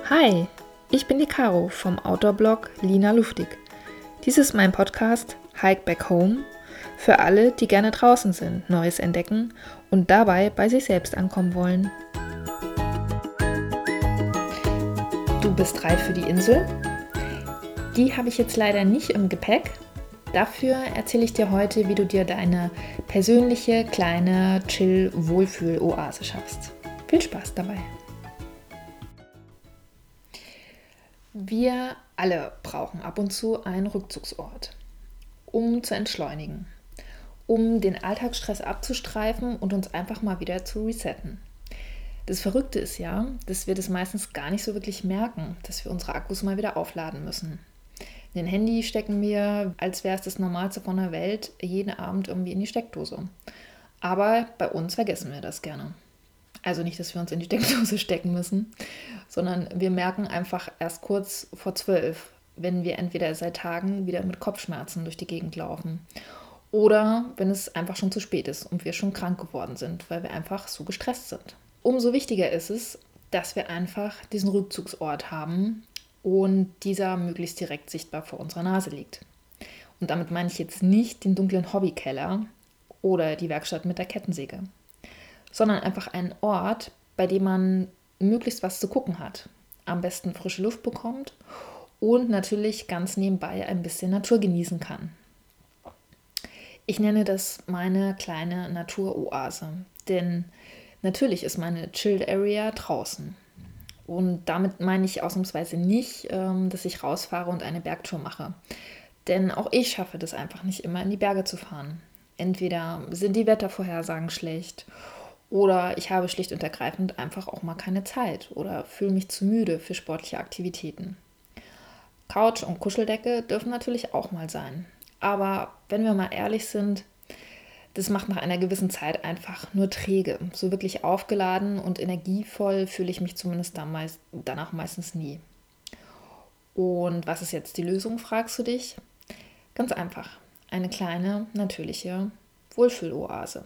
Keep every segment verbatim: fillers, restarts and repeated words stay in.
Hi, ich bin die Caro vom Outdoor-Blog Lina Luftig. Dies ist mein Podcast Hike Back Home für alle, die gerne draußen sind, Neues entdecken und dabei bei sich selbst ankommen wollen. Du bist reif für die Insel? Die habe ich jetzt leider nicht im Gepäck. Dafür erzähle ich dir heute, wie du dir deine persönliche kleine Chill-Wohlfühl-Oase schaffst. Viel Spaß dabei! Wir alle brauchen ab und zu einen Rückzugsort, um zu entschleunigen, um den Alltagsstress abzustreifen und uns einfach mal wieder zu resetten. Das Verrückte ist ja, dass wir das meistens gar nicht so wirklich merken, dass wir unsere Akkus mal wieder aufladen müssen. In den Handy stecken wir, als wäre es das Normalste von der Welt, jeden Abend irgendwie in die Steckdose. Aber bei uns vergessen wir das gerne. Also nicht, dass wir uns in die Steckdose stecken müssen, sondern wir merken einfach erst kurz vor zwölf, wenn wir entweder seit Tagen wieder mit Kopfschmerzen durch die Gegend laufen oder wenn es einfach schon zu spät ist und wir schon krank geworden sind, weil wir einfach so gestresst sind. Umso wichtiger ist es, dass wir einfach diesen Rückzugsort haben und dieser möglichst direkt sichtbar vor unserer Nase liegt. Und damit meine ich jetzt nicht den dunklen Hobbykeller oder die Werkstatt mit der Kettensäge, sondern einfach einen Ort, bei dem man möglichst was zu gucken hat, am besten frische Luft bekommt und natürlich ganz nebenbei ein bisschen Natur genießen kann. Ich nenne das meine kleine Naturoase, denn natürlich ist meine Chilled Area draußen. Und damit meine ich ausnahmsweise nicht, dass ich rausfahre und eine Bergtour mache. Denn auch ich schaffe das einfach nicht immer, in die Berge zu fahren. Entweder sind die Wettervorhersagen schlecht oder ich habe schlicht und ergreifend einfach auch mal keine Zeit oder fühle mich zu müde für sportliche Aktivitäten. Couch und Kuscheldecke dürfen natürlich auch mal sein. Aber wenn wir mal ehrlich sind, das macht nach einer gewissen Zeit einfach nur träge. So wirklich aufgeladen und energievoll fühle ich mich zumindest danach meistens nie. Und was ist jetzt die Lösung, fragst du dich? Ganz einfach. Eine kleine, natürliche Wohlfühloase.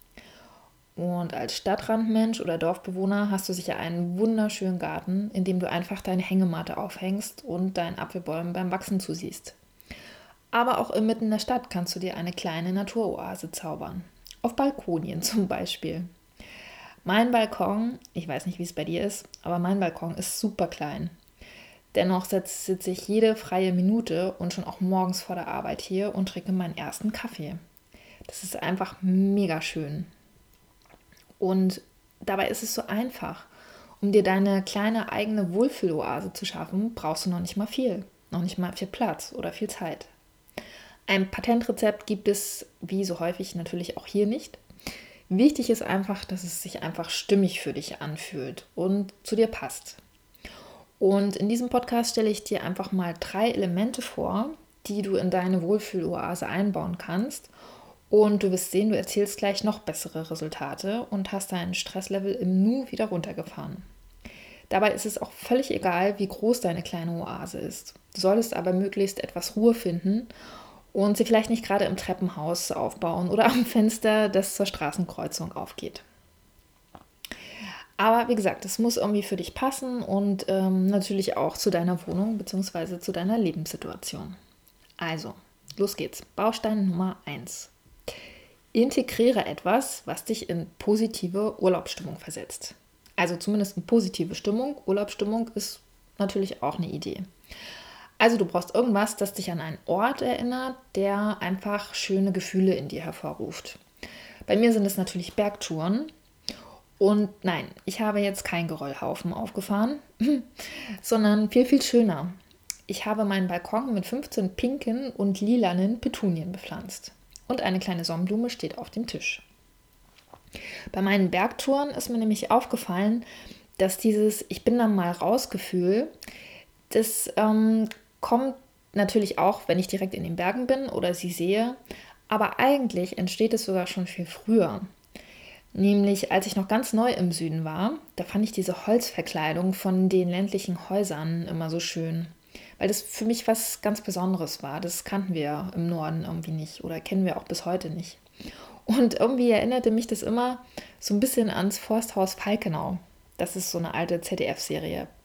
Und als Stadtrandmensch oder Dorfbewohner hast du sicher einen wunderschönen Garten, in dem du einfach deine Hängematte aufhängst und deinen Apfelbäumen beim Wachsen zusiehst. Aber auch inmitten der Stadt kannst du dir eine kleine Naturoase zaubern. Auf Balkonien zum Beispiel. Mein Balkon, ich weiß nicht, wie es bei dir ist, aber mein Balkon ist super klein. Dennoch sitze ich jede freie Minute und schon auch morgens vor der Arbeit hier und trinke meinen ersten Kaffee. Das ist einfach mega schön. Und dabei ist es so einfach. Um dir deine kleine eigene Wohlfühloase zu schaffen, brauchst du noch nicht mal viel. Noch nicht mal viel Platz oder viel Zeit. Ein Patentrezept gibt es, wie so häufig, natürlich auch hier nicht. Wichtig ist einfach, dass es sich einfach stimmig für dich anfühlt und zu dir passt. Und in diesem Podcast stelle ich dir einfach mal drei Elemente vor, die du in deine Wohlfühloase einbauen kannst. Und du wirst sehen, du erzielst gleich noch bessere Resultate und hast dein Stresslevel im Nu wieder runtergefahren. Dabei ist es auch völlig egal, wie groß deine kleine Oase ist. Du solltest aber möglichst etwas Ruhe finden und sie vielleicht nicht gerade im Treppenhaus aufbauen oder am Fenster, das zur Straßenkreuzung aufgeht. Aber wie gesagt, es muss irgendwie für dich passen und ähm, natürlich auch zu deiner Wohnung bzw. zu deiner Lebenssituation. Also, los geht's. Baustein Nummer eins. Integriere etwas, was dich in positive Urlaubsstimmung versetzt. Also zumindest in positive Stimmung. Urlaubsstimmung ist natürlich auch eine Idee. Also du brauchst irgendwas, das dich an einen Ort erinnert, der einfach schöne Gefühle in dir hervorruft. Bei mir sind es natürlich Bergtouren. Und nein, ich habe jetzt keinen Geröllhaufen aufgefahren, sondern viel, viel schöner. Ich habe meinen Balkon mit fünfzehn pinken und lilanen Petunien bepflanzt. Und eine kleine Sonnenblume steht auf dem Tisch. Bei meinen Bergtouren ist mir nämlich aufgefallen, dass dieses Ich bin dann mal raus Gefühl, das ähm, kommt natürlich auch, wenn ich direkt in den Bergen bin oder sie sehe, aber eigentlich entsteht es sogar schon viel früher. Nämlich, als ich noch ganz neu im Süden war, da fand ich diese Holzverkleidung von den ländlichen Häusern immer so schön. Weil das für mich was ganz Besonderes war. Das kannten wir im Norden irgendwie nicht oder kennen wir auch bis heute nicht. Und irgendwie erinnerte mich das immer so ein bisschen ans Forsthaus Falkenau. Das ist so eine alte Z D F-Serie.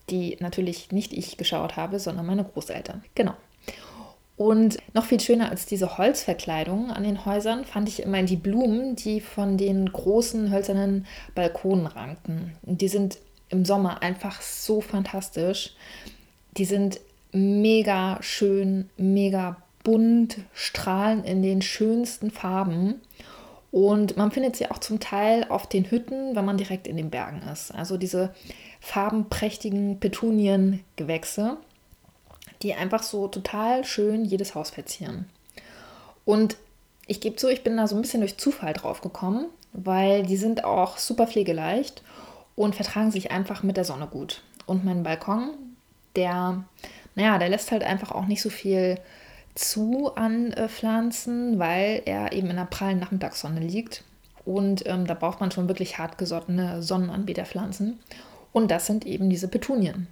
die natürlich nicht ich geschaut habe, sondern meine Großeltern. Genau. Und noch viel schöner als diese Holzverkleidung an den Häusern fand ich immer die Blumen, die von den großen hölzernen Balkonen rankten. Und die sind im Sommer einfach so fantastisch. Die sind mega schön, mega bunt, strahlen in den schönsten Farben. Und man findet sie auch zum Teil auf den Hütten, wenn man direkt in den Bergen ist. Also diese farbenprächtigen Petuniengewächse, die einfach so total schön jedes Haus verzieren. Und ich gebe zu, ich bin da so ein bisschen durch Zufall drauf gekommen, weil die sind auch super pflegeleicht und vertragen sich einfach mit der Sonne gut. Und mein Balkon, der, naja, der lässt halt einfach auch nicht so viel zu an äh, Pflanzen, weil er eben in der prallen Nachmittagssonne liegt. Und ähm, da braucht man schon wirklich hartgesottene Sonnenanbeterpflanzen. Und das sind eben diese Petunien.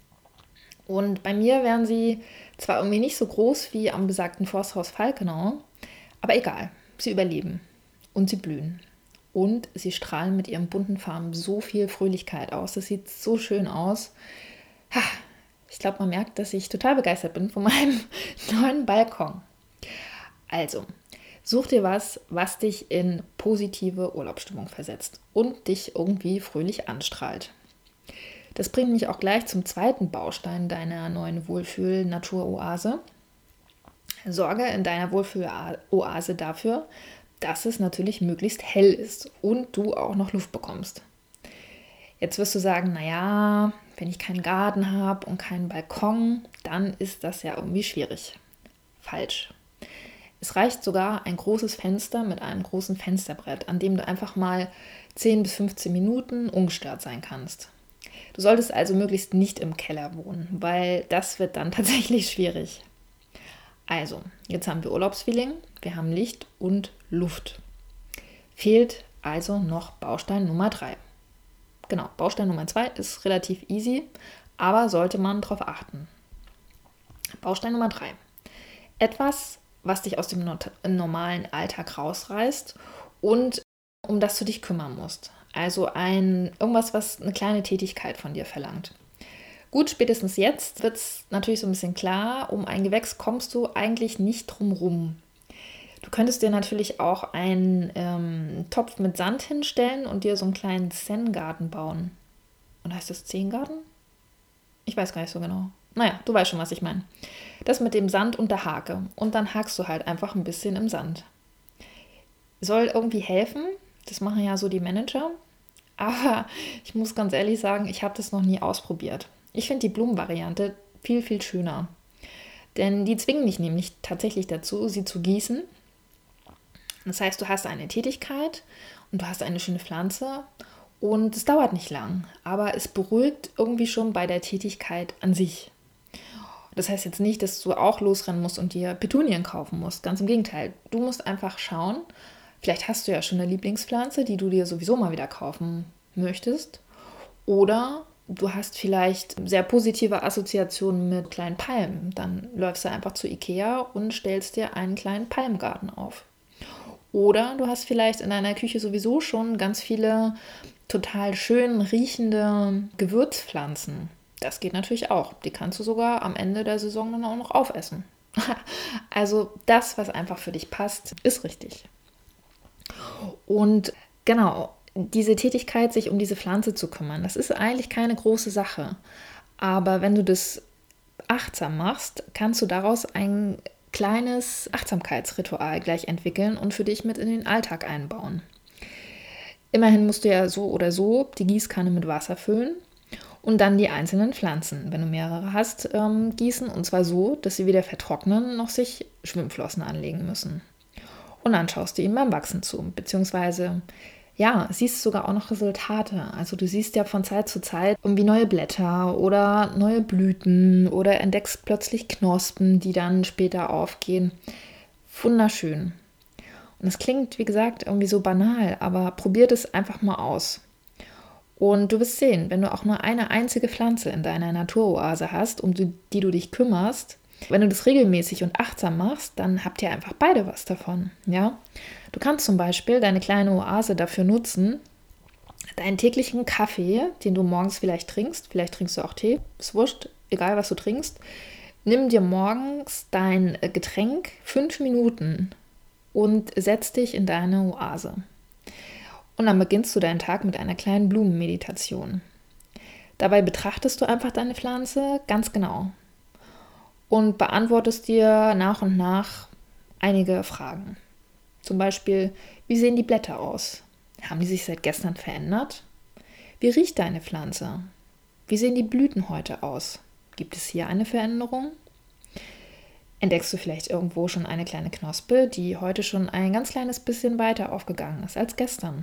Und bei mir wären sie zwar irgendwie nicht so groß wie am besagten Forsthaus Falkenau, aber egal, sie überleben und sie blühen. Und sie strahlen mit ihren bunten Farben so viel Fröhlichkeit aus. Das sieht so schön aus. Ha, ich glaube, man merkt, dass ich total begeistert bin von meinem neuen Balkon. Also, such dir was, was dich in positive Urlaubsstimmung versetzt und dich irgendwie fröhlich anstrahlt. Das bringt mich auch gleich zum zweiten Baustein deiner neuen Wohlfühl-Naturoase. Sorge in deiner Wohlfühl-Oase dafür, dass es natürlich möglichst hell ist und du auch noch Luft bekommst. Jetzt wirst du sagen, naja, wenn ich keinen Garten habe und keinen Balkon, dann ist das ja irgendwie schwierig. Falsch. Es reicht sogar ein großes Fenster mit einem großen Fensterbrett, an dem du einfach mal zehn bis fünfzehn Minuten ungestört sein kannst. Du solltest also möglichst nicht im Keller wohnen, weil das wird dann tatsächlich schwierig. Also, jetzt haben wir Urlaubsfeeling, wir haben Licht und Luft. Fehlt also noch Baustein Nummer drei. Genau, Baustein Nummer zwei ist relativ easy, aber sollte man darauf achten. Baustein Nummer drei. Etwas, was dich aus dem normalen Alltag rausreißt und um das du dich kümmern musst. Also ein irgendwas, was eine kleine Tätigkeit von dir verlangt. Gut, spätestens jetzt wird es natürlich so ein bisschen klar, um ein Gewächs kommst du eigentlich nicht drum rum. Du könntest dir natürlich auch einen ähm, Topf mit Sand hinstellen und dir so einen kleinen Zen-Garten bauen. Und heißt das Zen-Garten? Ich weiß gar nicht so genau. Naja, du weißt schon, was ich meine. Das mit dem Sand und der Hake. Und dann hakst du halt einfach ein bisschen im Sand. Soll irgendwie helfen. Das machen ja so die Manager. Aber ich muss ganz ehrlich sagen, ich habe das noch nie ausprobiert. Ich finde die Blumenvariante viel, viel schöner. Denn die zwingen dich nämlich tatsächlich dazu, sie zu gießen. Das heißt, du hast eine Tätigkeit und du hast eine schöne Pflanze und es dauert nicht lang, aber es beruhigt irgendwie schon bei der Tätigkeit an sich. Das heißt jetzt nicht, dass du auch losrennen musst und dir Petunien kaufen musst. Ganz im Gegenteil. Du musst einfach schauen, vielleicht hast du ja schon eine Lieblingspflanze, die du dir sowieso mal wieder kaufen möchtest. Oder du hast vielleicht sehr positive Assoziationen mit kleinen Palmen. Dann läufst du einfach zu Ikea und stellst dir einen kleinen Palmgarten auf. Oder du hast vielleicht in deiner Küche sowieso schon ganz viele total schön riechende Gewürzpflanzen. Das geht natürlich auch. Die kannst du sogar am Ende der Saison dann auch noch aufessen. Also das, was einfach für dich passt, ist richtig. Und genau, diese Tätigkeit, sich um diese Pflanze zu kümmern, das ist eigentlich keine große Sache. Aber wenn du das achtsam machst, kannst du daraus ein kleines Achtsamkeitsritual gleich entwickeln und für dich mit in den Alltag einbauen. Immerhin musst du ja so oder so die Gießkanne mit Wasser füllen und dann die einzelnen Pflanzen, wenn du mehrere hast, ähm, gießen. Und zwar so, dass sie weder vertrocknen noch sich Schwimmflossen anlegen müssen. Und dann schaust du ihnen beim Wachsen zu, beziehungsweise ja, siehst sogar auch noch Resultate. Also du siehst ja von Zeit zu Zeit irgendwie neue Blätter oder neue Blüten oder entdeckst plötzlich Knospen, die dann später aufgehen. Wunderschön. Und es klingt, wie gesagt, irgendwie so banal, aber probier das einfach mal aus. Und du wirst sehen, wenn du auch nur eine einzige Pflanze in deiner Naturoase hast, um die, die du dich kümmerst, wenn du das regelmäßig und achtsam machst, dann habt ihr einfach beide was davon. Ja? Du kannst zum Beispiel deine kleine Oase dafür nutzen, deinen täglichen Kaffee, den du morgens vielleicht trinkst, vielleicht trinkst du auch Tee, ist wurscht, egal was du trinkst, nimm dir morgens dein Getränk fünf Minuten und setz dich in deine Oase. Und dann beginnst du deinen Tag mit einer kleinen Blumenmeditation. Dabei betrachtest du einfach deine Pflanze ganz genau und beantwortest dir nach und nach einige Fragen. Zum Beispiel, wie sehen die Blätter aus? Haben die sich seit gestern verändert? Wie riecht deine Pflanze? Wie sehen die Blüten heute aus? Gibt es hier eine Veränderung? Entdeckst du vielleicht irgendwo schon eine kleine Knospe, die heute schon ein ganz kleines bisschen weiter aufgegangen ist als gestern?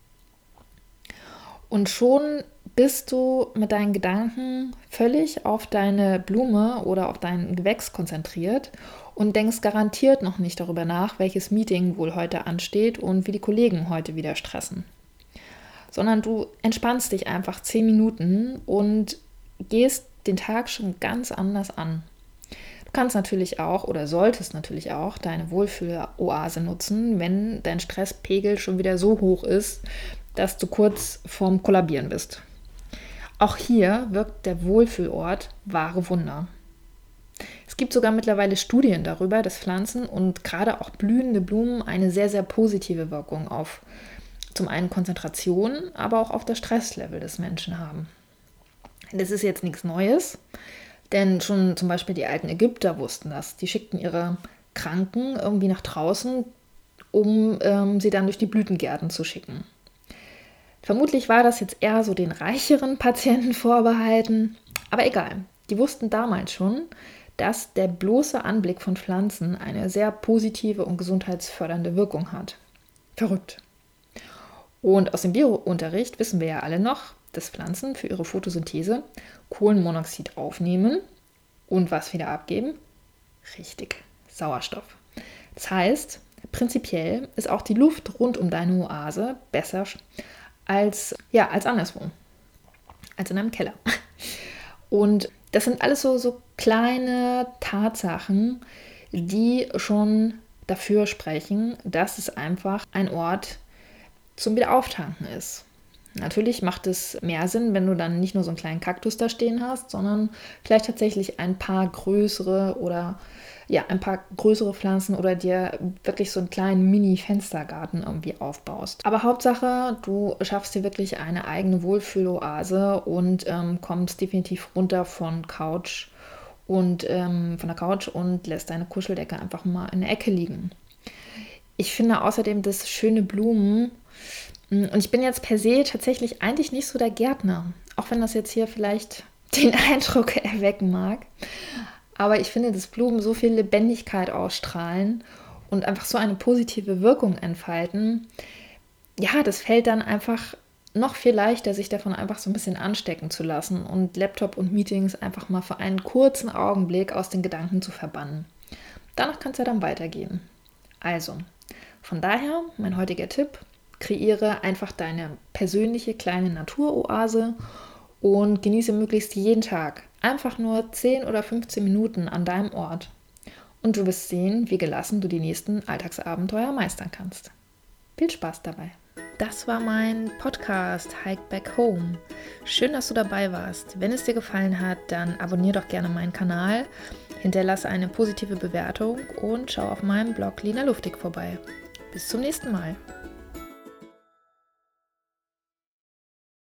Und schon bist du mit deinen Gedanken völlig auf deine Blume oder auf dein Gewächs konzentriert und denkst garantiert noch nicht darüber nach, welches Meeting wohl heute ansteht und wie die Kollegen heute wieder stressen. Sondern du entspannst dich einfach zehn Minuten und gehst den Tag schon ganz anders an. Du kannst natürlich auch oder solltest natürlich auch deine Wohlfühl-Oase nutzen, wenn dein Stresspegel schon wieder so hoch ist, dass du kurz vorm Kollabieren bist. Auch hier wirkt der Wohlfühlort wahre Wunder. Es gibt sogar mittlerweile Studien darüber, dass Pflanzen und gerade auch blühende Blumen eine sehr, sehr positive Wirkung auf zum einen Konzentration, aber auch auf das Stresslevel des Menschen haben. Das ist jetzt nichts Neues, denn schon zum Beispiel die alten Ägypter wussten das. Die schickten ihre Kranken irgendwie nach draußen, um ähm, sie dann durch die Blütengärten zu schicken. Vermutlich war das jetzt eher so den reicheren Patienten vorbehalten, aber egal. Die wussten damals schon, dass der bloße Anblick von Pflanzen eine sehr positive und gesundheitsfördernde Wirkung hat. Verrückt. Und aus dem Biounterricht wissen wir ja alle noch, dass Pflanzen für ihre Photosynthese Kohlenmonoxid aufnehmen und was wieder abgeben? Richtig, Sauerstoff. Das heißt, prinzipiell ist auch die Luft rund um deine Oase besser als, ja, als anderswo, als in einem Keller. Und das sind alles so, so kleine Tatsachen, die schon dafür sprechen, dass es einfach ein Ort zum Wiederauftanken ist. Natürlich macht es mehr Sinn, wenn du dann nicht nur so einen kleinen Kaktus da stehen hast, sondern vielleicht tatsächlich ein paar größere oder ja, ein paar größere Pflanzen oder dir wirklich so einen kleinen Mini-Fenstergarten irgendwie aufbaust. Aber Hauptsache, du schaffst dir wirklich eine eigene Wohlfühloase und ähm, kommst definitiv runter von Couch und ähm, von der Couch und lässt deine Kuscheldecke einfach mal in der Ecke liegen. Ich finde außerdem, dass schöne Blumen, und ich bin jetzt per se tatsächlich eigentlich nicht so der Gärtner, auch wenn das jetzt hier vielleicht den Eindruck erwecken mag. Aber ich finde, dass Blumen so viel Lebendigkeit ausstrahlen und einfach so eine positive Wirkung entfalten. Ja, das fällt dann einfach noch viel leichter, sich davon einfach so ein bisschen anstecken zu lassen und Laptop und Meetings einfach mal für einen kurzen Augenblick aus den Gedanken zu verbannen. Danach kann es ja dann weitergehen. Also, von daher mein heutiger Tipp: Kreiere einfach deine persönliche kleine Naturoase und genieße möglichst jeden Tag einfach nur zehn oder fünfzehn Minuten an deinem Ort. Und du wirst sehen, wie gelassen du die nächsten Alltagsabenteuer meistern kannst. Viel Spaß dabei. Das war mein Podcast Hike Back Home. Schön, dass du dabei warst. Wenn es dir gefallen hat, dann abonniere doch gerne meinen Kanal, hinterlasse eine positive Bewertung und schau auf meinem Blog Lina Luftig vorbei. Bis zum nächsten Mal.